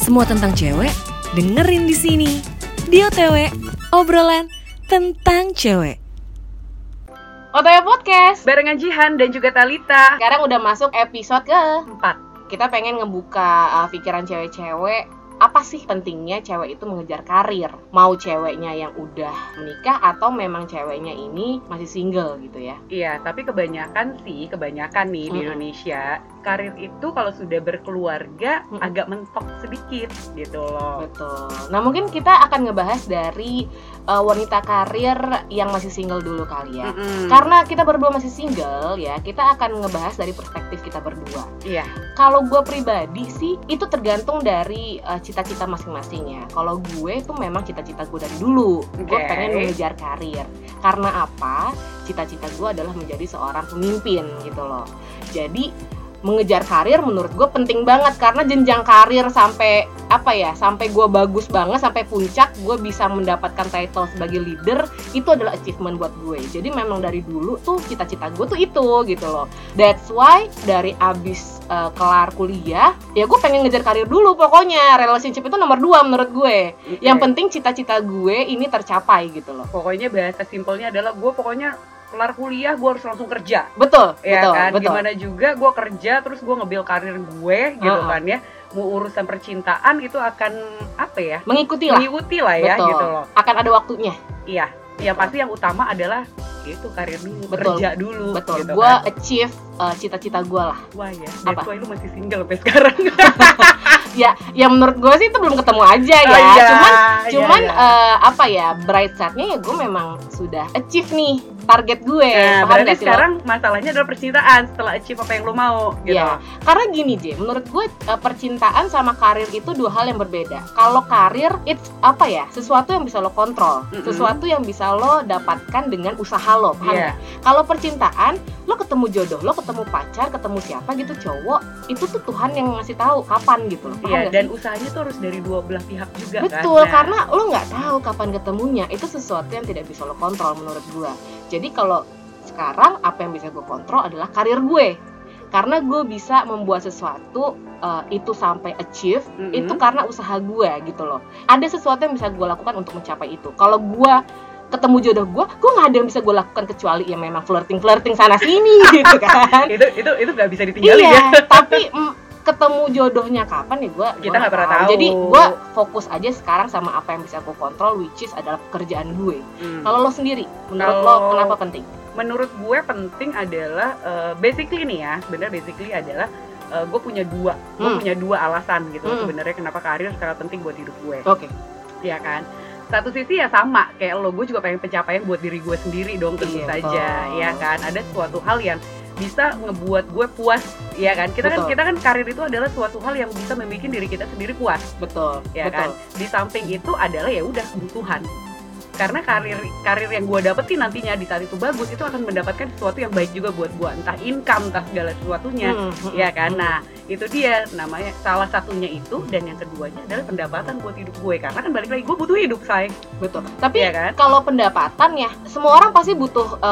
Semua tentang cewek, dengerin di sini. Di OTW, obrolan tentang cewek. OTW Podcast barengan Jihan dan juga Talita. sekarang udah masuk episode ke-4. 4. Kita pengen ngebuka pikiran cewek-cewek. Apa sih pentingnya cewek itu mengejar karir? Mau ceweknya yang udah menikah atau memang ceweknya ini masih single gitu ya? Iya, tapi kebanyakan nih di Indonesia, karir itu kalau sudah berkeluarga agak mentok sedikit gitu loh. Betul. Nah mungkin kita akan ngebahas dari wanita karir yang masih single dulu kali ya. Karena kita berdua masih single ya, kita akan ngebahas dari perspektif kita berdua. Iya. Kalau gue pribadi sih, itu tergantung dari cita-cita masing-masing ya. Kalau gue tuh memang cita-cita gue dari dulu. Gue pengen mengejar karir. Karena apa? Cita-cita gue adalah menjadi seorang pemimpin gitu loh. Jadi mengejar karir menurut gue penting banget, karena jenjang karir sampai sampai gue bagus banget, sampai puncak gue bisa mendapatkan title sebagai leader, itu adalah achievement buat gue. Jadi memang dari dulu tuh cita-cita gue tuh itu gitu loh. That's why dari abis kelar kuliah ya gue pengen ngejar karir dulu. Pokoknya relationship itu nomor 2 menurut gue. Yang penting cita-cita gue ini tercapai gitu loh. Pokoknya bahasa simpelnya adalah gue pokoknya kelar kuliah gue harus langsung kerja. Betul, ya betul, kan? betul. Gimana juga gue kerja terus gue nge-build karir gue gitu kan ya. Mau urusan percintaan itu akan Mengikuti lah ya. Betul. Gitu loh. Akan ada waktunya. Iya. Yang pasti yang utama adalah itu karir dulu, Betul. kerja dulu. Betul. Gitu Gue kan. achieve cita-cita gue lah. Wah ya, Apa? that's why lu masih single sampai sekarang. Ya menurut gue sih itu belum ketemu aja ya. Oh, iya, Cuman iya. bright side-nya ya gue memang sudah achieve nih target gue. Nah, Paham berarti gak sih sekarang masalahnya adalah percintaan setelah achieve apa yang lu mau gitu. Ya, karena gini J, menurut gue percintaan sama karir itu 2 hal yang berbeda. Kalau karir, it's sesuatu yang bisa lo kontrol, sesuatu yang bisa lo dapatkan dengan usaha lo, paham Iya. gak? Kalau percintaan, lo ketemu jodoh, lo ketemu pacar, ketemu siapa gitu cowok, itu tuh Tuhan yang ngasih tahu kapan gitu loh, paham Iya, gak dan sih? usahanya tuh harus dari dua belah pihak juga. Betul, kan? Nah, karena lo nggak tahu kapan ketemunya. Itu sesuatu yang tidak bisa lo kontrol menurut gue. Jadi kalau sekarang apa yang bisa gue kontrol adalah karir gue. Karena gue bisa membuat sesuatu itu sampai achieve, itu karena usaha gue gitu loh. Ada sesuatu yang bisa gue lakukan untuk mencapai itu. Kalau gue ketemu jodoh gue nggak ada yang bisa gue lakukan kecuali ya memang flirting sana sini gitu kan. itu nggak bisa ditinggalin ya. Iya, tapi ketemu jodohnya kapan ya kita nggak pernah tahu. Jadi gue fokus aja sekarang sama apa yang bisa gue kontrol, which is adalah pekerjaan gue. Kalau lo sendiri, menurut lo kenapa penting? Menurut gue penting adalah basically adalah gue punya dua alasan gitu sebenarnya kenapa karir sangat penting buat hidup gue. Oke. Iya kan. Satu sisi ya sama kayak lo, gue juga pengen pencapaian buat diri gue sendiri dong tentu saja, ya kan. Ada suatu hal yang bisa ngebuat gue puas, ya kan. Kita kan karir itu adalah suatu hal yang bisa membuat diri kita sendiri puas. Betul. Ya kan. Di samping itu adalah ya udah kebutuhan. Karena karir yang gue dapetin nantinya di saat itu bagus, itu akan mendapatkan sesuatu yang baik juga buat gue, entah income, entah segala sesuatunya, ya kan. Nah itu dia namanya, salah satunya itu, dan yang keduanya adalah pendapatan buat hidup gue, karena kan balik lagi gue butuh hidup, say. Betul. Tapi ya kan? Kalau pendapatan ya, semua orang pasti butuh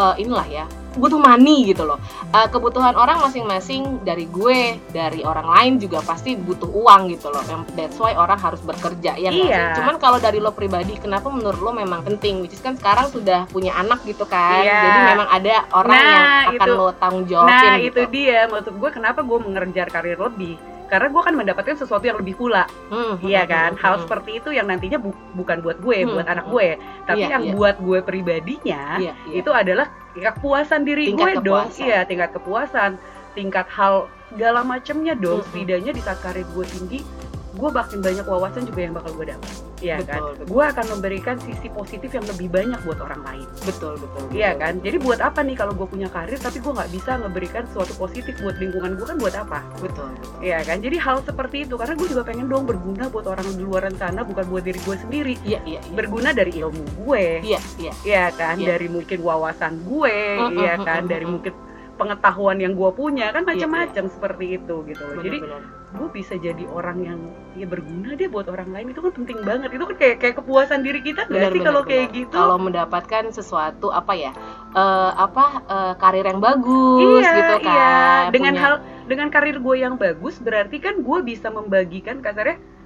butuh money gitu loh. Kebutuhan orang masing-masing, dari gue, dari orang lain juga pasti butuh uang gitu loh. That's why orang harus bekerja ya nggak sih? Cuman kalau dari lo pribadi, kenapa menurut lo memang penting? Which is kan sekarang sudah punya anak gitu kan. Jadi memang ada orang yang akan lo tanggung jawabin. Nah gitu. itu dia, maksud gue kenapa gue mengejar karir lebih. Karena gue kan mendapatkan sesuatu yang lebih pula, iya kan. Hal seperti itu yang nantinya bukan buat gue, buat anak gue, tapi yang buat gue pribadinya itu adalah kepuasan diri tingkat gue dong. Iya, tingkat kepuasan, tingkat hal segala macamnya dong. Setidaknya di saat karir gue tinggi, gue makin banyak wawasan juga yang bakal gue dapat. Iya kan. Gue akan memberikan sisi positif yang lebih banyak buat orang lain. Betul. Iya kan. Jadi buat apa nih kalau gue punya karir tapi gue nggak bisa memberikan sesuatu positif buat lingkungan gue, kan buat apa? Betul. Iya kan. Jadi hal seperti itu, karena gue juga pengen dong berguna buat orang di luaran sana, bukan buat diri gue sendiri. Iya. Berguna dari ilmu gue. Iya kan. Dari mungkin wawasan gue. Iya kan. Dari mungkin pengetahuan yang gue punya, kan macam-macam seperti itu gitu loh. Jadi gue bisa jadi orang yang ya berguna deh buat orang lain, itu kan penting banget. Itu kan kayak kepuasan diri kita nggak sih kalau kayak gitu? Kalau mendapatkan sesuatu karir yang bagus gitu kan. Dengan karir gue yang bagus berarti kan gue bisa membagikan kasarnya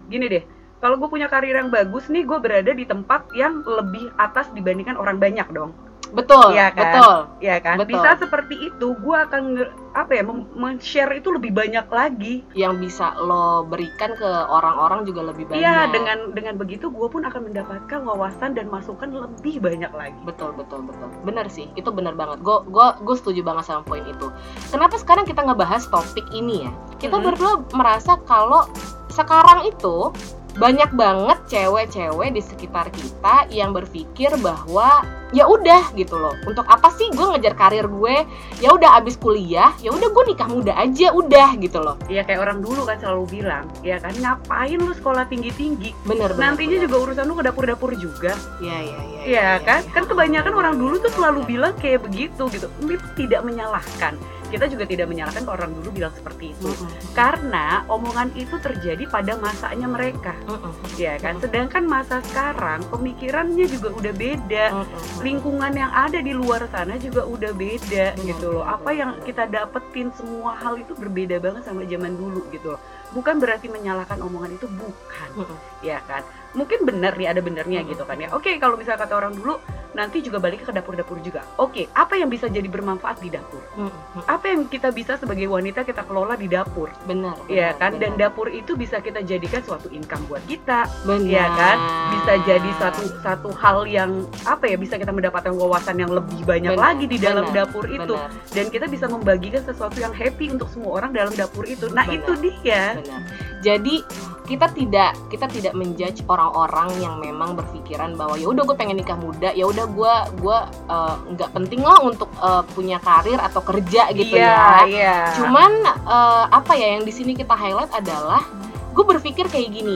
gini deh, kalau gue punya karir yang bagus nih, gue berada di tempat yang lebih atas dibandingkan orang banyak dong. Betul, ya kan? Betul. Ya kan? Betul. Bisa seperti itu, gue akan men-share itu lebih banyak lagi. Yang bisa lo berikan ke orang-orang juga lebih banyak. Iya, dengan begitu gue pun akan mendapatkan wawasan dan masukan lebih banyak lagi. Betul. Benar sih, itu benar banget. Gue setuju banget sama poin itu. Kenapa sekarang kita ngebahas topik ini ya? Kita berdua merasa kalau sekarang itu banyak banget cewek-cewek di sekitar kita yang berpikir bahwa ya udah gitu loh, untuk apa sih gue ngejar karir gue, ya udah abis kuliah ya udah gue nikah muda aja udah gitu loh. Iya, kayak orang dulu kan selalu bilang, ya kan, ngapain lu sekolah tinggi-tinggi, nantinya juga urusan lu ke dapur-dapur juga. Iya kan kebanyakan orang dulu tuh selalu bilang kayak begitu gitu. Itu tidak menyalahkan, kita juga tidak menyalahkan kalau orang dulu bilang seperti itu, karena omongan itu terjadi pada masanya mereka, ya kan. Sedangkan masa sekarang pemikirannya juga udah beda, lingkungan yang ada di luar sana juga udah beda gitu loh. Apa yang kita dapetin, semua hal itu berbeda banget sama zaman dulu gitu loh. Bukan berarti menyalahkan omongan itu, bukan, ya kan. Mungkin benar nih, ada benernya gitu kan ya. Oke, kalau misalnya kata orang dulu, nanti juga balik ke dapur-dapur juga. Oke, apa yang bisa jadi bermanfaat di dapur? Apa yang kita bisa sebagai wanita kita kelola di dapur? Benar. Ya kan, dan dapur itu bisa kita jadikan suatu income buat kita. Benar. Ya kan, bisa jadi satu hal yang bisa kita mendapatkan wawasan yang lebih banyak lagi di dalam dapur itu. Dan kita bisa membagikan sesuatu yang happy untuk semua orang dalam dapur itu. Nah, itu dia. Benar. Jadi kita tidak menjudge orang-orang yang memang berpikiran bahwa ya udah gue pengen nikah muda, ya udah gue nggak penting lah untuk punya karir atau kerja gitu ya. Cuman yang di sini kita highlight adalah gue berpikir kayak gini,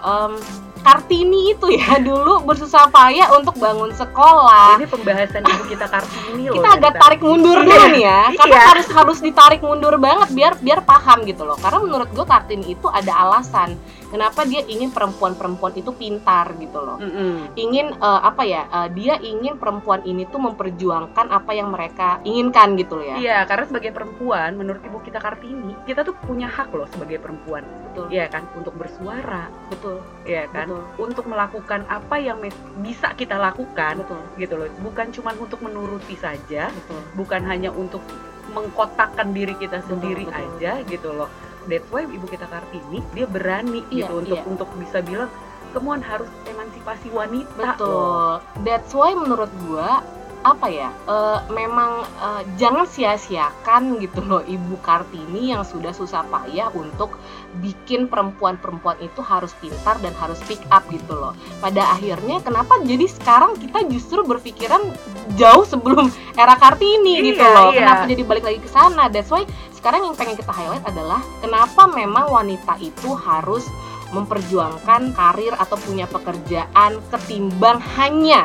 Kartini itu ya dulu bersusah payah untuk bangun sekolah. Ini pembahasan ibu kita Kartini loh. Kita agak tarik mundur dulu nih ya, karena harus ditarik mundur banget biar paham gitu loh. Karena menurut gue Kartini itu ada alasan kenapa dia ingin perempuan-perempuan itu pintar gitu loh. Ingin dia ingin perempuan ini tuh memperjuangkan apa yang mereka inginkan gitu loh ya. Iya, karena sebagai perempuan menurut ibu kita Kartini, kita tuh punya hak loh sebagai perempuan. Betul. Iya kan, untuk bersuara. Betul. Iya kan. Betul. Untuk melakukan apa yang bisa kita lakukan. Betul. Gitu loh. Bukan cuma untuk menuruti saja. Betul. Bukan hanya untuk mengkotakkan diri kita sendiri aja gitu loh. That's why ibu kita Kartini dia berani untuk bisa bilang kemuan harus emansipasi wanita. Betul. Loh. That's why menurut gua memang jangan sia-siakan gitu loh Ibu Kartini yang sudah susah payah untuk bikin perempuan-perempuan itu harus pintar dan harus speak up gitu loh. Pada akhirnya kenapa jadi sekarang kita justru berpikiran jauh sebelum era Kartini gitu loh. Kenapa jadi balik lagi ke sana? That's why sekarang yang pengen kita highlight adalah kenapa memang wanita itu harus memperjuangkan karir atau punya pekerjaan ketimbang hanya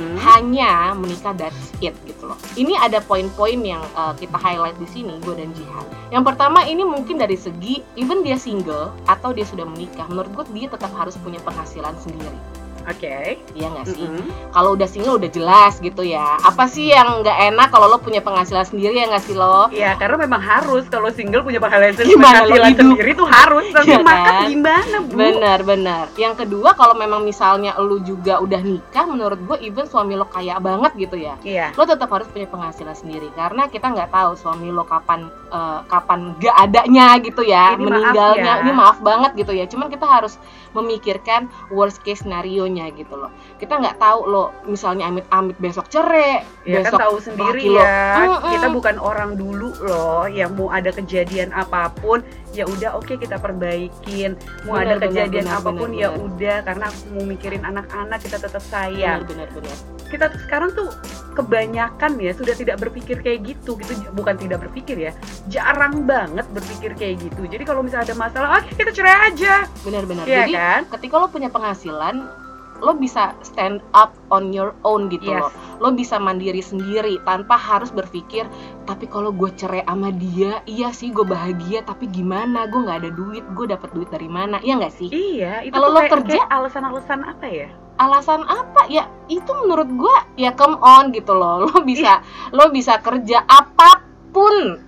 menikah, that's it gitu loh. Ini ada poin-poin yang kita highlight di sini, gue dan Jihan. Yang pertama ini mungkin dari segi even dia single atau dia sudah menikah, menurut gue dia tetap harus punya penghasilan sendiri. Oke. Iya nggak sih? Kalau udah single udah jelas gitu ya. Apa sih yang nggak enak kalau lo punya penghasilan sendiri ya nggak sih lo? Iya, karena memang harus kalau single punya penghasilan sendiri itu harus. Nanti ya makan kan? Gimana, Bu? Benar. Yang kedua, kalau memang misalnya lo juga udah nikah, menurut gue even suami lo kaya banget gitu ya. Iya. Lo tetap harus punya penghasilan sendiri karena kita nggak tahu suami lo kapan nggak adanya gitu ya, ini meninggalnya. Ini maaf banget gitu ya. Cuman kita harus memikirkan worst case scenario-nya gitu loh. Kita nggak tahu lo misalnya amit-amit besok cerai, ya besok kan tahu sendiri ya. Kita bukan orang dulu loh yang mau ada kejadian apapun ya udah oke, kita perbaikin. Mau ada kejadian apapun ya udah, karena aku mau mikirin anak-anak, kita tetap sayang. Benar. Kita sekarang tuh kebanyakan ya sudah tidak berpikir kayak gitu. Bukan tidak berpikir ya, jarang banget berpikir kayak gitu. Jadi kalau misalnya ada masalah, oke kita cerai aja. Benar. Ya, jadi kan? Ketika lo punya penghasilan, lo bisa stand up on your own gitu loh. Lo bisa mandiri sendiri tanpa harus berpikir, tapi kalau gue cerai sama dia, iya sih gue bahagia, tapi gimana? Gue nggak ada duit, gue dapat duit dari mana? Iya nggak sih? Iya. Itu kalau lo kerja, alasan-alasan apa ya? Alasan apa ya? Itu menurut gue ya come on gitu loh. Lo bisa kerja apapun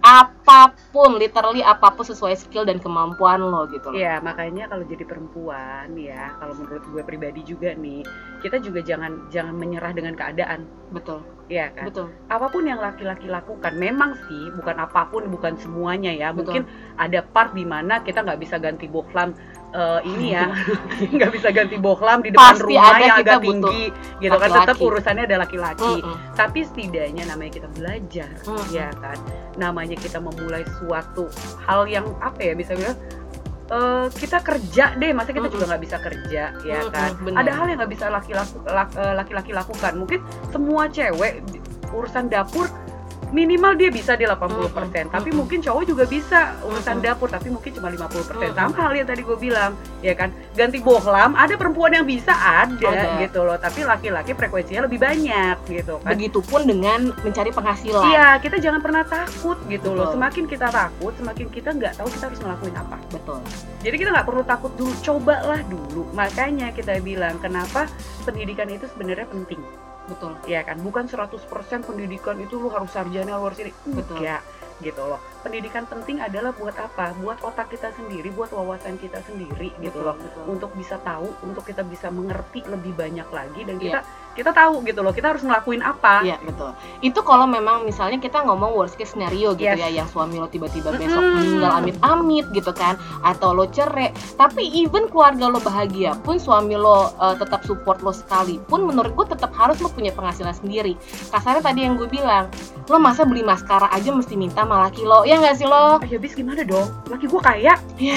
apapun, literally apapun sesuai skill dan kemampuan lo gitu loh. Iya, makanya kalau jadi perempuan ya, kalau menurut gue pribadi juga nih, kita juga jangan menyerah dengan keadaan. Betul. Iya kan? Betul. Apapun yang laki-laki lakukan, memang sih bukan apapun, bukan semuanya ya. Betul. Mungkin ada part di mana kita nggak bisa ganti bohlam ini ya, nggak bisa ganti bohlam di depan Pasti rumah ada, yang kita agak tinggi, gitu kan. laki-laki. Tetap urusannya ada laki-laki. Tapi setidaknya namanya kita belajar, ya kan. Namanya kita memulai suatu hal yang apa ya, bisa bilang kita kerja deh, masa kita juga nggak bisa kerja, ya kan? Bener. Ada hal yang nggak bisa laki-laki lakukan. Mungkin semua cewek urusan dapur minimal dia bisa di 80%, tapi mungkin cowok juga bisa urusan dapur, tapi mungkin cuma 50%. Sama hal yang tadi gue bilang, ya kan? Ganti bohlam, ada perempuan yang bisa, ada. Gitu loh. Tapi laki-laki frekuensinya lebih banyak, gitu kan? Begitupun dengan mencari penghasilan. Iya, kita jangan pernah takut, gitu loh. Semakin kita takut, semakin kita nggak tahu kita harus ngelakuin apa. Betul. Jadi kita nggak perlu takut dulu, cobalah dulu. Makanya kita bilang, kenapa pendidikan itu sebenarnya penting. Betul. Ya kan, bukan 100% pendidikan itu lu harus sarjana, lu harus ini. Enggak, gitu loh. Pendidikan penting adalah buat apa? Buat otak kita sendiri, buat wawasan kita sendiri, gitu loh. Untuk bisa tahu, untuk kita bisa mengerti lebih banyak lagi, dan kita tahu gitu loh, kita harus ngelakuin apa. Iya, betul. Itu kalau memang misalnya kita ngomong worst case scenario gitu ya, yang suami lo tiba-tiba besok meninggal amit-amit gitu kan, atau lo cerai. Tapi even keluarga lo bahagia pun, suami lo tetap support lo sekalipun, menurut gue tetap harus lo punya penghasilan sendiri. Kasarnya tadi yang gue bilang, lo masa beli maskara aja mesti minta sama laki lo, ya nggak sih lo? Ya bis gimana dong? Laki gue kaya.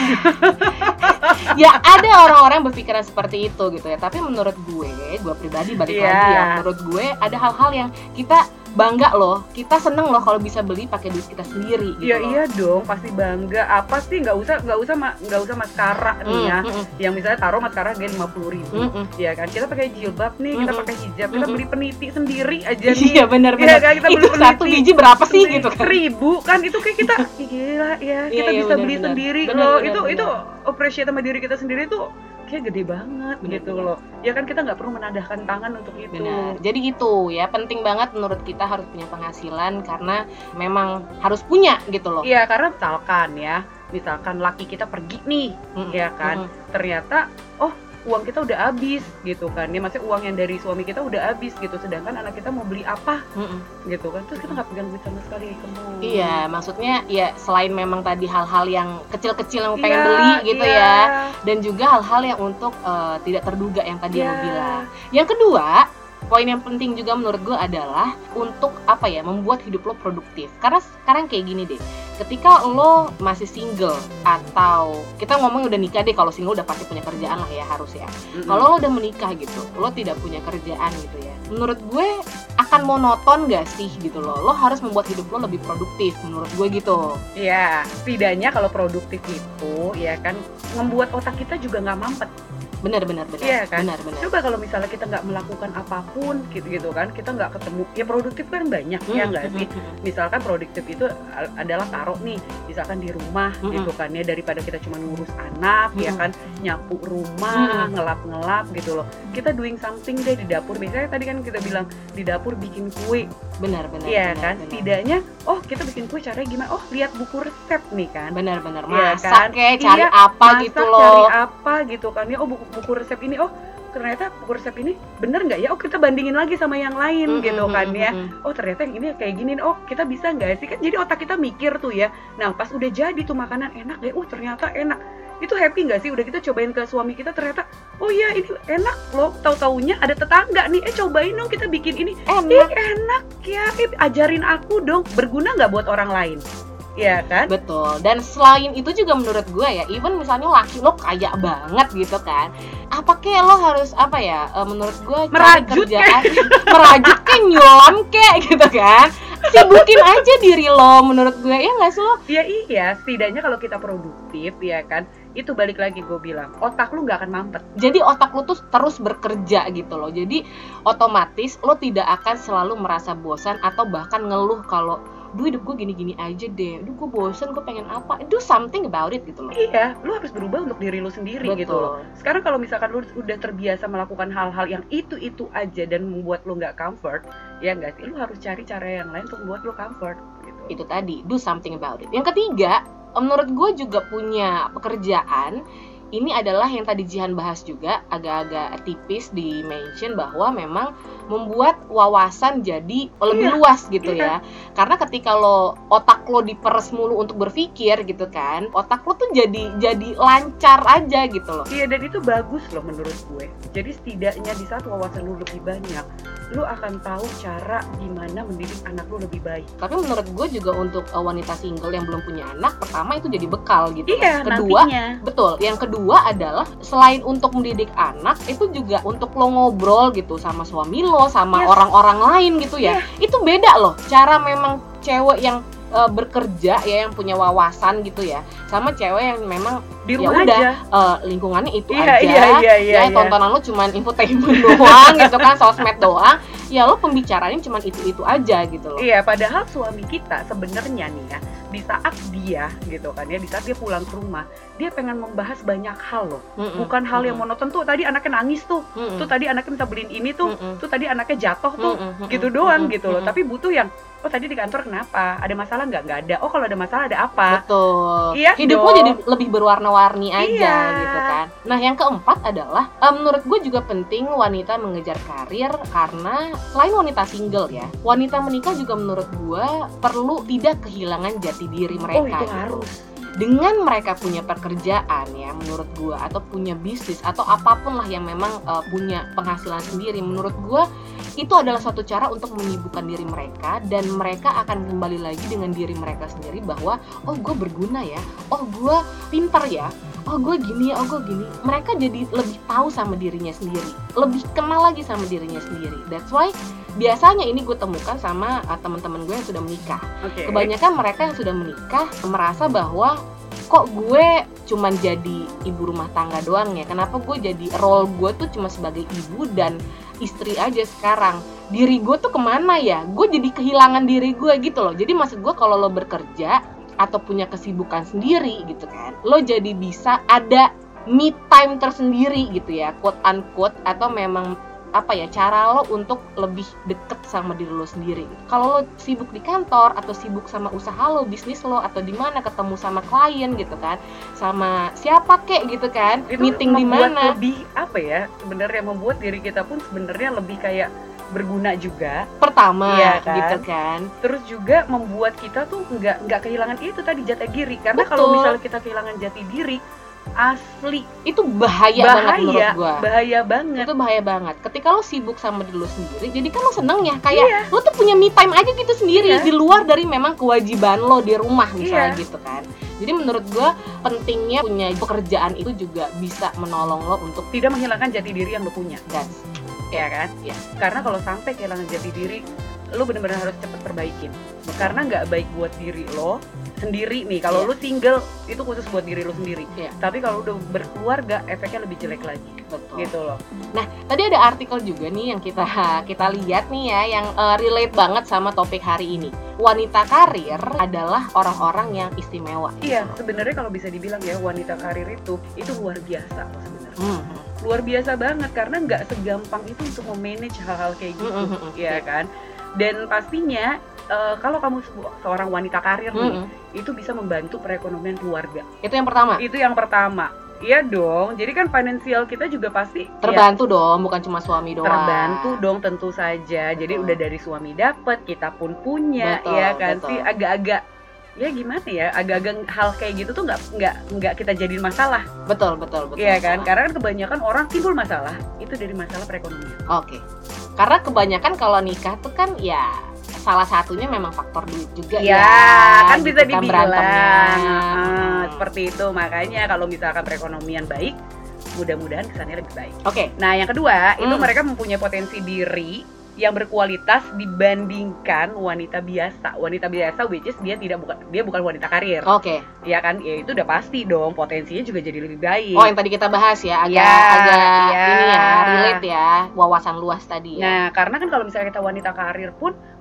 Ya ada orang-orang berpikiran seperti itu gitu ya. Tapi menurut gue pribadi balik lagi ya, menurut gue ada hal-hal yang kita bangga loh, kita seneng loh kalau bisa beli pakai duit kita sendiri gitu. Ya iya dong, pasti bangga. Apa sih, nggak usah maskara nih ya, yang misalnya taruh maskara harga 50.000, ya kan? Kita pakai jilbab nih, kita pakai hijab, kita beli peniti sendiri aja nih. Iya benar-benar. Ya, kan? Kita beli satu biji berapa sih gitu kan? 1.000 kan, itu kayak kita gila ya, kita bisa beli sendiri loh. Itu appreciate sama diri kita sendiri tuh kayak gede banget gitu loh. Ya kan, kita nggak perlu menadahkan tangan untuk itu. Benar. Jadi itu ya, penting banget menurut kita harus punya penghasilan, karena memang harus punya gitu loh. Iya, karena misalkan laki kita pergi nih, ya kan, ternyata uang kita udah habis gitu kan, ya maksudnya uang yang dari suami kita udah habis gitu, sedangkan anak kita mau beli apa gitu kan, terus kita nggak pegang duit sama sekali. Iya, maksudnya ya selain memang tadi hal-hal yang kecil-kecil yang pengen beli gitu ya, dan juga hal-hal yang untuk tidak terduga yang tadi lo bilang. Yang kedua, poin yang penting juga menurut gue adalah untuk apa ya, membuat hidup lo produktif. Karena sekarang kayak gini deh, ketika lo masih single, atau kita ngomong udah nikah deh, kalau single udah pasti punya kerjaan lah ya, harus ya. Kalau lo udah menikah gitu, lo tidak punya kerjaan gitu ya, menurut gue akan monoton gak sih gitu loh. Lo harus membuat hidup lo lebih produktif menurut gue gitu. Iya, setidaknya kalau produktif itu ya kan, membuat otak kita juga nggak mampet. Benar. Iya kan? Benar. Coba kalau misalnya kita nggak melakukan apapun gitu kan, kita nggak ketemu, ya produktif kan banyak ya nggak sih? Misalkan produktif itu adalah taruh nih, misalkan di rumah gitu kan ya, daripada kita cuma ngurus anak ya kan, nyapu rumah, ngelap gitu loh. Kita doing something deh di dapur. Misalnya tadi kan kita bilang di dapur bikin kue. Benar. Iya kan? Setidaknya kita bikin kue caranya gimana? Lihat buku resep nih kan. Benar. Ya, Masak kan? kayak cari apa masak, gitu loh. Cari apa gitu kan ya. Buku resep ini, ternyata buku resep ini bener nggak ya? Kita bandingin lagi sama yang lain gitu kan ya. Ternyata yang ini kayak gini. Kita bisa nggak sih? Kan jadi otak kita mikir tuh ya. Nah pas udah jadi tuh makanan enak deh. Ternyata enak. Itu happy nggak sih? Udah kita cobain ke suami kita, ternyata iya ini enak loh. Tahu-taunya ada tetangga nih, cobain dong kita bikin ini. Enak ya. Ajarin aku dong. Berguna nggak buat orang lain? Iya kan? Betul. Dan selain itu juga menurut gue ya, even misalnya laki lo kaya banget gitu kan, apa kek lo harus apa ya, menurut gue merajut kerjaan merajut kayak nyulam kayak gitu kan, sibukin aja diri lo menurut gue, ya nggak sih lo? Iya, setidaknya kalau kita produktif ya kan, itu balik lagi gue bilang, otak lu nggak akan mampet. Jadi otak lu tuh terus bekerja gitu loh. Jadi otomatis lo tidak akan selalu merasa bosan atau bahkan ngeluh kalau hidup gue gini-gini aja deh, gue bosan, gue pengen apa, do something about it gitu loh. Iya, lu harus berubah untuk diri lu sendiri. Betul. Gitu loh. Sekarang kalau misalkan lu udah terbiasa melakukan hal-hal yang itu aja dan membuat lu nggak comfort, ya nggak sih, lu harus cari cara yang lain untuk membuat lu comfort gitu. itu tadi, do something about it. Yang ketiga, menurut gue juga punya pekerjaan. Ini adalah yang tadi Jihan bahas juga, agak-agak tipis di mention bahwa memang membuat wawasan jadi lebih luas gitu ya. Karena ketika otak lo diperes mulu untuk berpikir gitu kan, otak lo tuh jadi lancar aja gitu loh. Iya, dan itu bagus loh menurut gue. Jadi setidaknya di saat wawasan lo lebih banyak, lo akan tahu cara gimana mendidik anak lo lebih baik. Tapi menurut gue juga untuk wanita single yang belum punya anak, pertama itu jadi bekal gitu. Iya, kedua, nantinya. Betul. Yang kedua adalah selain untuk mendidik anak, itu juga untuk lo ngobrol gitu sama suami lo, sama orang-orang lain gitu ya. Itu beda loh. Cara memang cewek yang bekerja ya, yang punya wawasan gitu ya, sama cewek yang memang di rumah aja, lingkungannya itu aja, tontonan lo cuman infotainment doang gitu kan, sosmed doang, ya lo pembicaranya cuman itu aja gitu loh. Iya, padahal suami kita sebenarnya nih ya, di saat dia gitu kan ya, di saat dia pulang ke rumah, dia pengen membahas banyak hal loh, bukan hal yang monoton tuh tadi anaknya nangis tuh, tuh tadi anaknya minta beliin ini tuh, tuh tadi anaknya jatuh tuh, gitu doang gitu loh. Tapi butuh yang, oh tadi di kantor kenapa? Ada masalah nggak? Nggak ada. Oh kalau ada masalah ada apa? Betul. Iya, hidup lo jadi lebih berwarna-warni aja gitu kan. Nah yang keempat adalah, menurut gue juga penting wanita mengejar karir, karena selain wanita single ya, wanita menikah juga menurut gue perlu tidak kehilangan jati diri mereka. Oh itu gitu. harus. Dengan mereka punya pekerjaan ya, menurut gue, atau punya bisnis atau apapun lah yang memang punya penghasilan sendiri, menurut gue itu adalah suatu cara untuk menyibukkan diri mereka, dan mereka akan kembali lagi dengan diri mereka sendiri bahwa oh gue berguna ya, oh gue pintar ya, oh gue gini ya, oh gue gini. Mereka jadi lebih tahu sama dirinya sendiri, lebih kenal lagi sama dirinya sendiri. That's why biasanya ini gue temukan sama teman-teman gue yang sudah menikah. Kebanyakan mereka yang sudah menikah merasa bahwa kok gue cuman jadi ibu rumah tangga doang ya, kenapa gue jadi role gue tuh cuma sebagai ibu dan istri aja sekarang, diri gue tuh kemana ya, gue jadi kehilangan diri gue gitu loh. Jadi maksud gue kalau lo bekerja atau punya kesibukan sendiri gitu kan, lo jadi bisa ada me time tersendiri gitu ya, quote unquote, atau memang apa ya, cara lo untuk lebih deket sama diri lo sendiri. Kalau lo sibuk di kantor atau sibuk sama usaha lo, bisnis lo, atau di mana ketemu sama klien gitu kan, sama siapa kek gitu kan, itu meeting di mana, lebih apa ya, sebenarnya membuat diri kita pun sebenarnya lebih kayak berguna juga pertama ya kan? Gitu kan. Terus juga membuat kita tuh nggak kehilangan itu tadi, jati diri. Karena kalau misalnya kita kehilangan jati diri, asli itu bahaya banget menurut gua. Bahaya banget. Itu bahaya banget. Ketika lo sibuk sama diri lo sendiri, jadi kan lo seneng ya, kayak lo tuh punya me time aja gitu sendiri, di luar dari memang kewajiban lo di rumah misalnya gitu kan. Jadi menurut gua pentingnya punya pekerjaan itu juga bisa menolong lo untuk tidak menghilangkan jati diri yang lo punya. Ya kan? Ya. Karena kalau sampai kehilangan jati diri, lo benar-benar harus cepet perbaikin. Karena nggak baik buat diri lo sendiri nih. Kalau lo single itu khusus buat diri lo sendiri. Tapi kalau udah berkeluarga, efeknya lebih jelek lagi. Betul. Gitu loh. Nah, tadi ada artikel juga nih yang kita lihat nih ya, yang relate banget sama topik hari ini. Wanita karir adalah orang-orang yang istimewa. Iya, sebenarnya kalau bisa dibilang ya, wanita karir itu luar biasa loh sebenarnya. Luar biasa banget, karena nggak segampang itu untuk memanage hal-hal kayak gitu, ya kan? Dan pastinya kalau kamu seorang wanita karir nih, itu bisa membantu perekonomian keluarga. Itu yang pertama? Itu yang pertama. Iya dong, jadi kan finansial kita juga pasti terbantu dong, bukan cuma suami doang. Terbantu dong, tentu saja. Jadi udah dari suami dapat, kita pun punya, ya kan? Sih agak-agak ya gimana ya, agak-agak hal kayak gitu tuh nggak kita jadiin masalah. Betul. Iya kan, karena kan kebanyakan orang timbul masalah itu dari masalah perekonomian. Oke. Karena kebanyakan kalau nikah tuh kan ya salah satunya memang faktor duit juga ya kan, bisa gitu dibilang berantemnya. Seperti itu. Makanya kalau misalkan perekonomian baik, mudah-mudahan kesannya lebih baik. Oke. Nah yang kedua, itu mereka mempunyai potensi diri yang berkualitas dibandingkan wanita biasa. Wanita biasa which is dia bukan wanita karir. Oke. Ya kan? Ya itu udah pasti dong, potensinya juga jadi lebih baik. Oh, yang tadi kita bahas ya, agak ini ya, relate ya, wawasan luas tadi ya. Nah, karena kan kalau misalnya kita wanita karir pun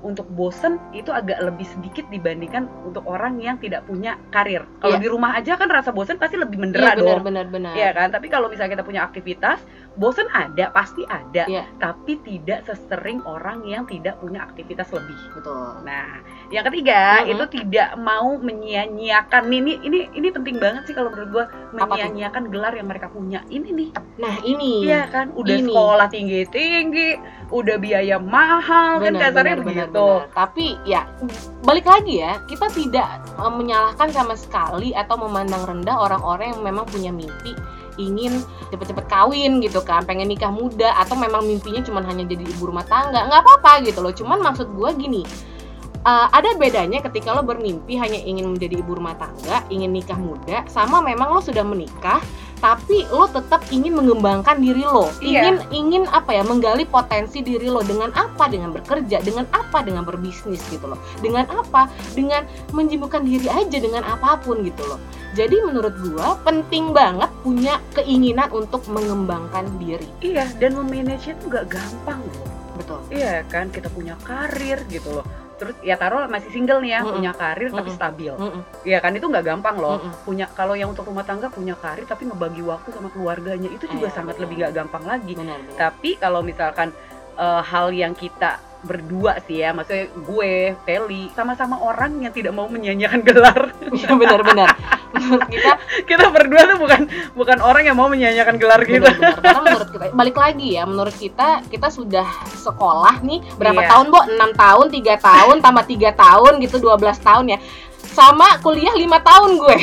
untuk bosen itu agak lebih sedikit dibandingkan untuk orang yang tidak punya karir. Kalau di rumah aja kan rasa bosen pasti lebih mendera dong. Benar. Iya kan? Tapi kalau misalnya kita punya aktivitas, bosen ada, pasti ada. Tapi tidak sesering orang yang tidak punya aktivitas lebih. Betul. Nah, yang ketiga itu tidak mau menyia-nyiakan. Ini penting banget sih kalau menurut gua, menyia-nyiakan gelar yang mereka punya. Ini nih. Nah, ini. Iya kan? Udah sekolah tinggi-tinggi, udah biaya mahal, kan kasarnya begitu. Tapi ya balik lagi ya, kita tidak menyalahkan sama sekali atau memandang rendah orang-orang yang memang punya mimpi ingin cepet-cepet kawin gitu kan, pengen nikah muda, atau memang mimpinya cuma hanya jadi ibu rumah tangga, nggak apa-apa gitu loh. Cuman maksud gue gini, ada bedanya ketika lo bermimpi hanya ingin menjadi ibu rumah tangga, ingin nikah muda, sama memang lo sudah menikah tapi lo tetap ingin mengembangkan diri lo, ingin menggali potensi diri lo. Dengan apa? Dengan bekerja. Dengan apa? Dengan berbisnis gitu loh. Dengan apa? Dengan menyibukkan diri aja dengan apapun gitu loh. Jadi menurut gua penting banget punya keinginan untuk mengembangkan diri. Iya, dan memanage itu gak gampang loh. Betul. Iya kan, kita punya karir gitu loh. Terus ya taruh masih single nih ya, punya karir tapi stabil. Iya kan, itu nggak gampang loh. Punya, kalau yang untuk rumah tangga punya karir tapi ngebagi waktu sama keluarganya, itu juga sangat lebih nggak gampang lagi. Benar. Tapi kalau misalkan hal yang kita berdua sih ya, maksudnya gue, Teli, sama-sama orang yang tidak mau menyanyiakan gelar. Iya benar. Menurut kita berdua tuh bukan orang yang mau menyanyiakan gelar kita. Benar. Karena menurut kita, balik lagi ya, menurut kita sudah sekolah nih berapa tahun, Bo? 6 tahun, 3 tahun, tambah 3 tahun gitu, 12 tahun ya. Sama kuliah 5 tahun gue.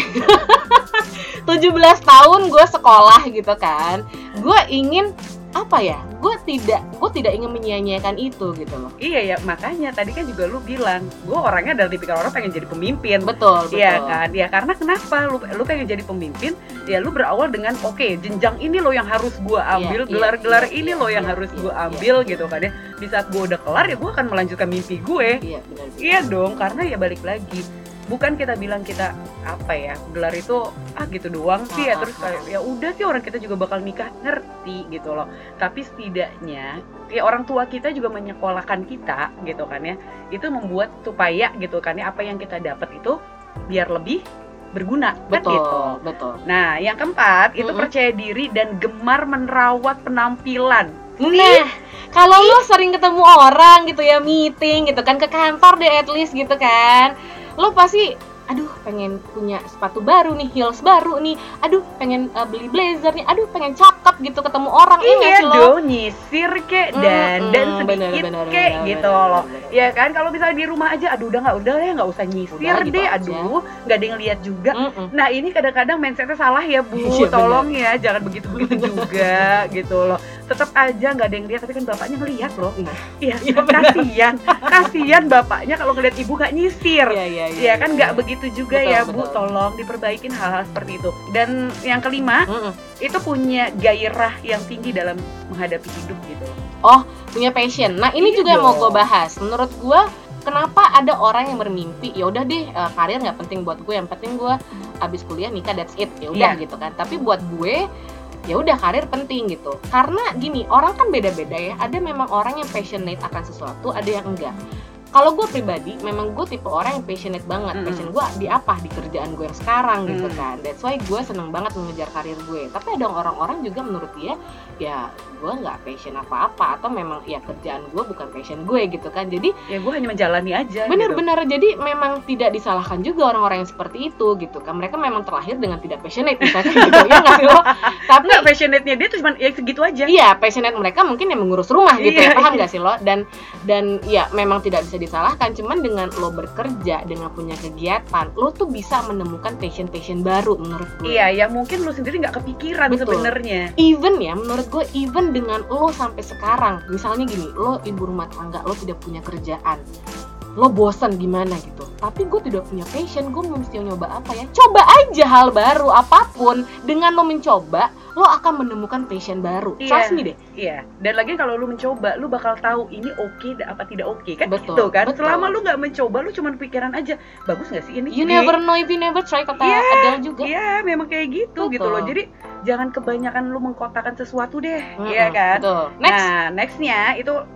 17 tahun gue sekolah gitu kan. Gue ingin gue tidak ingin menyia-nyiakan itu gitu loh. Iya ya, makanya tadi kan juga lu bilang, gue orangnya adalah tipikal orang pengen jadi pemimpin. Betul. Iya kan, ya karena kenapa lu pengen jadi pemimpin, ya lu berawal dengan jenjang ini loh yang harus gue ambil, gelar-gelar ini loh yang harus gue ambil gitu kan ya. Di saat gue udah kelar ya gue akan melanjutkan mimpi gue. Iya benar. Iya dong, karena ya balik lagi, bukan kita bilang kita gelar itu gitu doang sih ya, terus kayak ya udah sih orang kita juga bakal nikah, ngerti gitu loh. Tapi setidaknya ya orang tua kita juga menyekolahkan kita gitu kan ya, itu membuat supaya gitu kan ya, apa yang kita dapat itu biar lebih berguna. Betul. Nah, yang keempat itu percaya diri dan gemar merawat penampilan. Nah, kalau lo sering ketemu orang gitu ya, meeting gitu kan, ke kantor deh at least gitu kan, lo pasti pengen punya sepatu baru nih, heels baru nih, pengen beli blazer nih, pengen cakep gitu ketemu orang. Iya dong, nyisir kek, dan sedikit kek gitu loh. Ya kan, kalau misalnya di rumah aja, udah ya nggak usah nyisir deh, nggak ada yang lihat juga. Nah ini kadang-kadang mindsetnya salah ya Bu, tolong ya, jangan begitu juga gitu loh. Tetap aja nggak ada yang lihat, tapi kan bapaknya ngelihat loh. Iya, kasihan bapaknya kalau ngeliat ibu nggak nyisir. Iya kan, nggak begitu juga ya Bu, tolong diperbaikin hal-hal seperti itu. Dan yang kelima, itu punya gairah yang tinggi dalam menghadapi hidup gitu. Oh, punya passion. Nah ini juga yang mau gue bahas. Menurut gue, kenapa ada orang yang bermimpi, ya udah deh, karir nggak penting buat gue, yang penting gue abis kuliah nikah, that's it, ya udah gitu kan. Tapi buat gue, ya udah karir penting gitu. Karena gini, orang kan beda-beda ya. Ada memang orang yang passionate akan sesuatu, ada yang enggak. Kalau gue pribadi, memang gue tipe orang yang passionate banget. Passion gue di apa? Di kerjaan gue yang sekarang gitu kan. That's why gue seneng banget mengejar karir gue. Tapi ada orang-orang juga menurut dia, ya gue nggak passion apa-apa, atau memang ya kerjaan gue bukan passion gue gitu kan. Jadi ya gue hanya menjalani aja. Benar-benar gitu. Jadi memang tidak disalahkan juga orang-orang yang seperti itu gitu kan. Mereka memang terlahir dengan tidak passionate misalnya gitu ya nggak sih lo? Tapi nggak, passionate-nya dia tuh cuma ya segitu aja. Iya, passionate mereka mungkin yang mengurus rumah gitu ya, paham nggak sih lo? Dan ya memang tidak bisa disalahkan, cuman dengan lo bekerja, dengan punya kegiatan, lo tuh bisa menemukan passion baru menurut gue. Iya, ya mungkin lo sendiri nggak kepikiran sebenarnya. Even ya, menurut gue, even dengan lo sampai sekarang, misalnya gini, lo ibu rumah tangga, lo tidak punya kerjaan, lo bosan gimana gitu, tapi gue tidak punya passion, gue mesti nyoba apa ya? Coba aja hal baru apapun. Dengan lo mencoba, lo akan menemukan passion baru. Trust me deh. Iya. Dan lagi kalau lo mencoba, lo bakal tahu ini oke apa tidak oke kan? Betul, gitu kan? betul. Selama lo nggak mencoba, lo cuma pikiran aja, bagus nggak sih ini? You never know if you never try, kata Adele juga. Iya, memang kayak gitu. Betul. Gitu loh. Jadi jangan kebanyakan lo mengkotakan sesuatu deh, ya kan? Betul. Nah, nextnya itu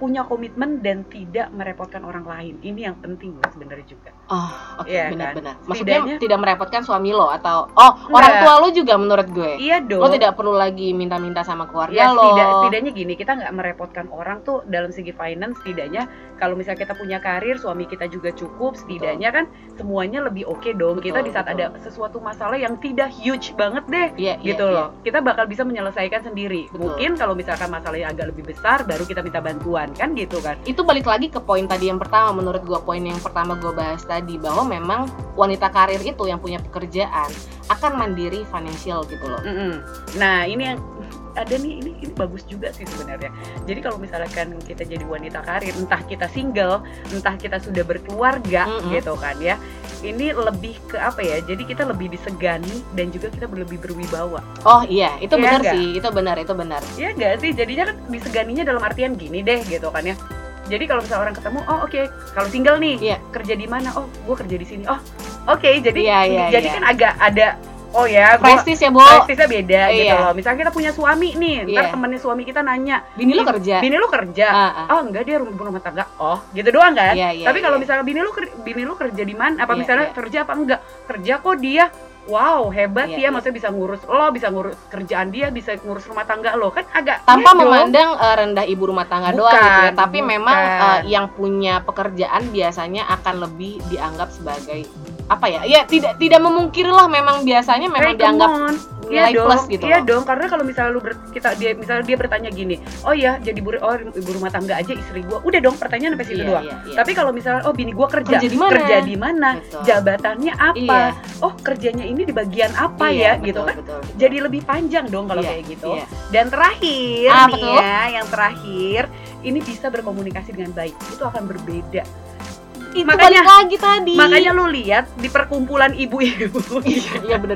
punya komitmen dan tidak merepotkan orang lain. Ini yang penting loh sebenarnya juga. Oh, oke, Iya benar-benar. kan? Maksudnya Setidaknya- tidak merepotkan suami lo atau orang Enggak. tua lo juga menurut gue. Iya dong. Lo tidak perlu lagi minta-minta sama keluarga Ya, lo. setidaknya gini, kita nggak merepotkan orang tuh dalam segi finance. Setidaknya kalau misalnya kita punya karir, suami kita juga cukup, setidaknya kan semuanya lebih oke dong. Betul, Kita di saat betul. ada sesuatu masalah yang tidak huge banget deh, Iya, gitu iya, loh, kita bakal bisa menyelesaikan sendiri. Betul. Mungkin kalau misalkan masalahnya agak lebih besar, baru kita minta bantuan, kan gitu kan. Itu balik lagi ke poin tadi yang pertama, menurut gue poin yang pertama gue bahas tadi, bahwa memang wanita karir itu yang punya pekerjaan akan mandiri financial gitu loh. Nah, ini yang ada nih, ini bagus juga sih sebenarnya. Jadi kalau misalkan kita jadi wanita karir, entah kita single, entah kita sudah berkeluarga, gitu kan ya, ini lebih ke apa ya, jadi kita lebih disegani dan juga kita lebih berwibawa. Oh iya, itu Iya benar nggak? sih, itu benar. Iya nggak sih, jadinya kan diseganinya dalam artian gini deh, gitu kan ya. Jadi kalau misalnya orang ketemu, oh oke, kalau single nih, Iya. kerja di mana? Oh, gue kerja di sini. Oh, oke, jadi Iya. kan agak ada, oh ya, gue Prestis ya, Bu. prestisnya beda gitu Iya. loh. Misalnya kita punya suami nih, Iya. ntar temennya suami kita nanya, Bini lo kerja. bini lu kerja? Oh enggak, dia rumah tangga. Oh gitu doang kan? Iya, Tapi kalau iya. misalnya bini lu kerja di mana? Apa Iya, misalnya iya. kerja apa enggak? Kerja kok dia. Wow, hebat Iya, ya, iya. maksudnya bisa ngurus lo, bisa ngurus kerjaan dia, bisa ngurus rumah tangga lo, kan agak Tanpa iya dong. memandang rendah ibu rumah tangga Bukan, doang gitu ya, tapi memang bukan. yang punya pekerjaan biasanya akan lebih dianggap sebagai apa ya? Ya tidak memungkiri lah, memang biasanya memang Hey, dianggap come on. nilai Iya dong, plus gitu iya loh. dong, karena kalau misalnya misalnya dia bertanya gini, oh ya jadi ibu rumah tangga aja istri gua, udah dong pertanyaan sampai situ Iya, doang. iya, iya. Tapi kalau misalnya oh bini gua Kerja di mana? Betul. jabatannya apa, Iya. oh kerjanya ini di bagian apa Iya, ya, gitu betul, kan, betul. jadi lebih panjang dong kalau Iya, kayak gitu. iya. Dan terakhir Apa nih tuh? ya, yang terakhir ini bisa berkomunikasi dengan baik, itu akan berbeda. Itu Makanya- balik lagi tadi. Makanya lu lihat di perkumpulan ibu-ibu. Iya benar.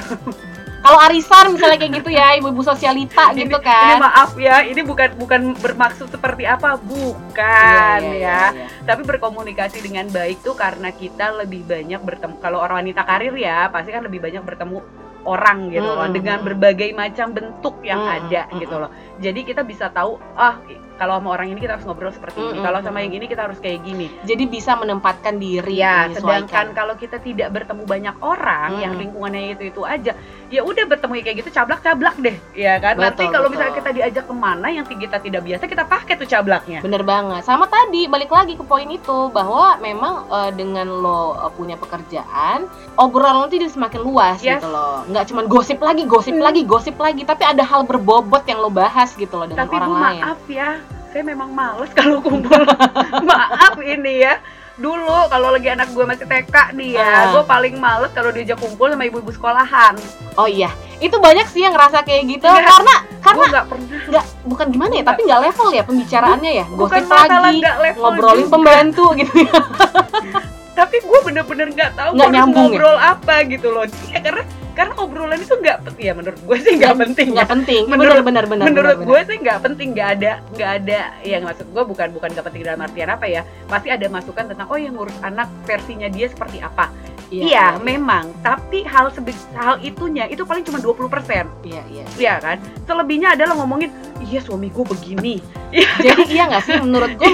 Kalau arisan misalnya kayak gitu ya, ibu-ibu sosialita gitu Ini kan. maaf ya, ini bukan bermaksud seperti apa, bukan Iya. ya. Tapi berkomunikasi dengan baik tuh karena kita lebih banyak bertemu. Kalau orang wanita karir ya, pasti kan lebih banyak bertemu orang gitu loh, dengan berbagai macam bentuk yang ada gitu loh. Jadi kita bisa tahu, kalau sama orang ini kita harus ngobrol seperti ini, kalau sama yang ini kita harus kayak gini. Jadi bisa menempatkan diri, Ya, menyesuaikan. sedangkan kalau kita tidak bertemu banyak orang yang lingkungannya itu aja, ya udah bertemu kayak gitu cablak deh, ya kan? Nanti Betul, kalau betul. misalnya kita diajak kemana yang kita tidak biasa, kita pakai tuh cablaknya. Bener banget. Sama tadi balik lagi ke poin itu, bahwa memang dengan lo punya pekerjaan, obrolan lo jadi semakin luas Yes. gitu loh. Nggak cuma gosip lagi, tapi ada hal berbobot yang lo bahas gitu loh dengan Tapi orang Bu, lain. maaf ya, saya memang males kalau kumpul. Maaf ini ya. Dulu kalau lagi anak gue masih TK nih ya, gue paling males kalau diajak kumpul sama ibu-ibu sekolahan. Oh iya, itu banyak sih yang ngerasa kayak gitu. Iya. Karena Gue nggak pernah. bukan gimana ya, tapi nggak level ya pembicaraannya ya. Bukan Gosip masalah lagi, nggak level ngobrolin juga. pembantu gitu ya. Tapi gue bener-bener nggak tahu Nggak harus nyambung ya? ngobrol apa gitu loh. Iya, karena obrolan itu nggak, ya menurut gue sih nggak penting. Nggak penting. Menurut Bener. gue sih nggak penting, nggak ada yang maksud gue bukan nggak penting dalam artian apa ya, pasti ada masukan tentang oh yang ngurus anak versinya dia seperti apa. Iya, memang, tapi hal itunya itu paling cuma 20%. Iya. Iya kan, selebihnya adalah ngomongin iya suami gue begini. Jadi iya nggak sih, menurut gue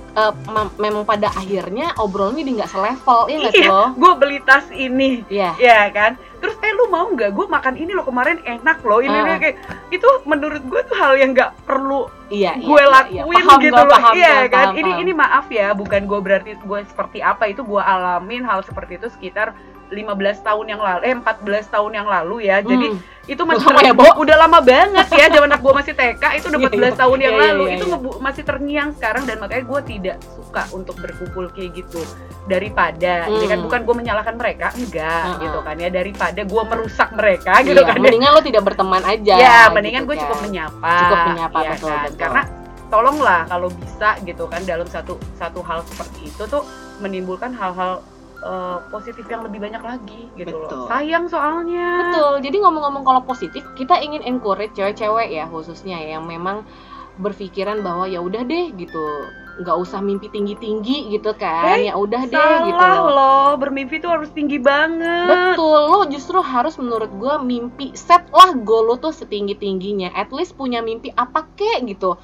memang pada akhirnya obrolannya jadi nggak selevel, iya nggak sih lo? Gue beli tas ini, Iya. ya kan. Terus lu mau nggak gue makan ini lo kemarin enak lo, ini kayak itu menurut gue tuh hal yang nggak perlu gue lakuin gitu loh. Iya kan. Ini maaf ya, bukan gue berarti gue seperti apa, itu gue alamin hal seperti itu sekitar 15 tahun yang lalu, 14 tahun yang lalu ya. Jadi itu masih udah lama banget ya, zaman anak gue masih TK, itu udah 14 tahun yang lalu. Itu masih terngiang sekarang, dan makanya gue tidak suka untuk berkumpul kayak gitu. Daripada ini kan bukan gue menyalahkan mereka, enggak gitu kan ya, daripada gue merusak mereka gitu kan. Mendingan lo tidak berteman aja. Ya, mendingan gitu gue cukup kan. menyapa. Ya, betul. Karena tolonglah kalau bisa gitu kan, dalam satu hal seperti itu tuh menimbulkan hal-hal positif yang lebih banyak lagi gitu. Betul. Loh. Sayang soalnya. Betul. Jadi ngomong-ngomong kalau positif, kita ingin encourage cewek-cewek ya khususnya yang memang berpikiran bahwa ya udah deh gitu, nggak usah mimpi tinggi-tinggi gitu kan. Ya udah deh gitu Salah loh. loh, bermimpi tuh harus tinggi banget. Betul, lo justru harus menurut gue mimpi, set lah goal lo tuh setinggi-tingginya. At least punya mimpi apa kek gitu.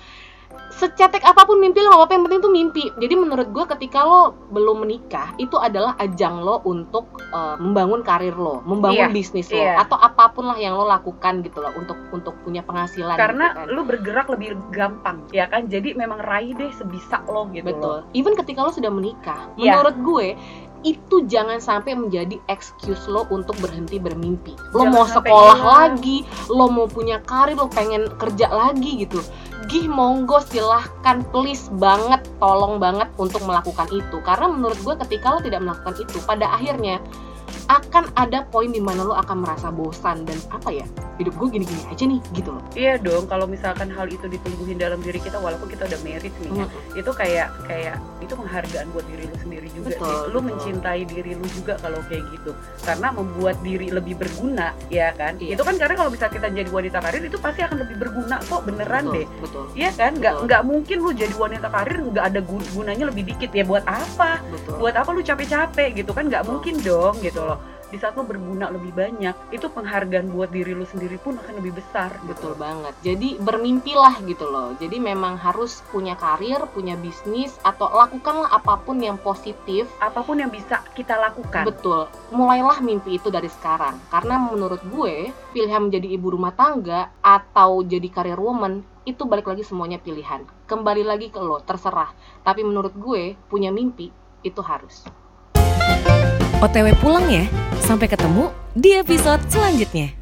Secetek apapun mimpi lo, apa yang penting tuh mimpi. Jadi menurut gue ketika lo belum menikah, itu adalah ajang lo untuk membangun karir lo, membangun bisnis lo, atau apapun lah yang lo lakukan gitu loh, untuk punya penghasilan. Karena gitu kan. lo bergerak lebih gampang, ya kan? Jadi memang raih deh sebisa lo gitu. Betul. Even ketika lo sudah menikah, menurut gue itu jangan sampai menjadi excuse lo untuk berhenti bermimpi. Lo jangan mau sekolah lagi, lo mau punya karir, lo pengen kerja lagi gitu. Monggo silahkan, please banget, tolong banget untuk melakukan itu. Karena menurut gue ketika lo tidak melakukan itu, pada akhirnya akan ada poin di mana lo akan merasa bosan dan apa ya, hidup gue gini-gini aja nih gitu loh. Iya dong, kalau misalkan hal itu ditumbuhin dalam diri kita walaupun kita udah married nih itu kayak itu penghargaan buat diri lo sendiri juga. Lo mencintai diri lo juga kalau kayak gitu, karena membuat diri lebih berguna, ya kan? Itu kan karena kalau bisa kita jadi wanita karir itu pasti akan lebih berguna kok, beneran deh. Iya kan? Nggak mungkin lo jadi wanita karir nggak ada gunanya lebih dikit, ya buat apa? Buat apa lo capek-capek gitu kan? Nggak mungkin dong gitu loh. Di saat lo berguna lebih banyak, itu penghargaan buat diri lo sendiri pun akan lebih besar. Betul banget. Jadi bermimpilah gitu loh. Jadi memang harus punya karir, punya bisnis, atau lakukanlah apapun yang positif, apapun yang bisa kita lakukan. Betul. Mulailah mimpi itu dari sekarang. Karena menurut gue, pilihan menjadi ibu rumah tangga atau jadi career woman itu balik lagi semuanya pilihan. Kembali lagi ke lo, terserah. Tapi menurut gue, punya mimpi itu harus. OTW pulang ya. Sampai ketemu di episode selanjutnya.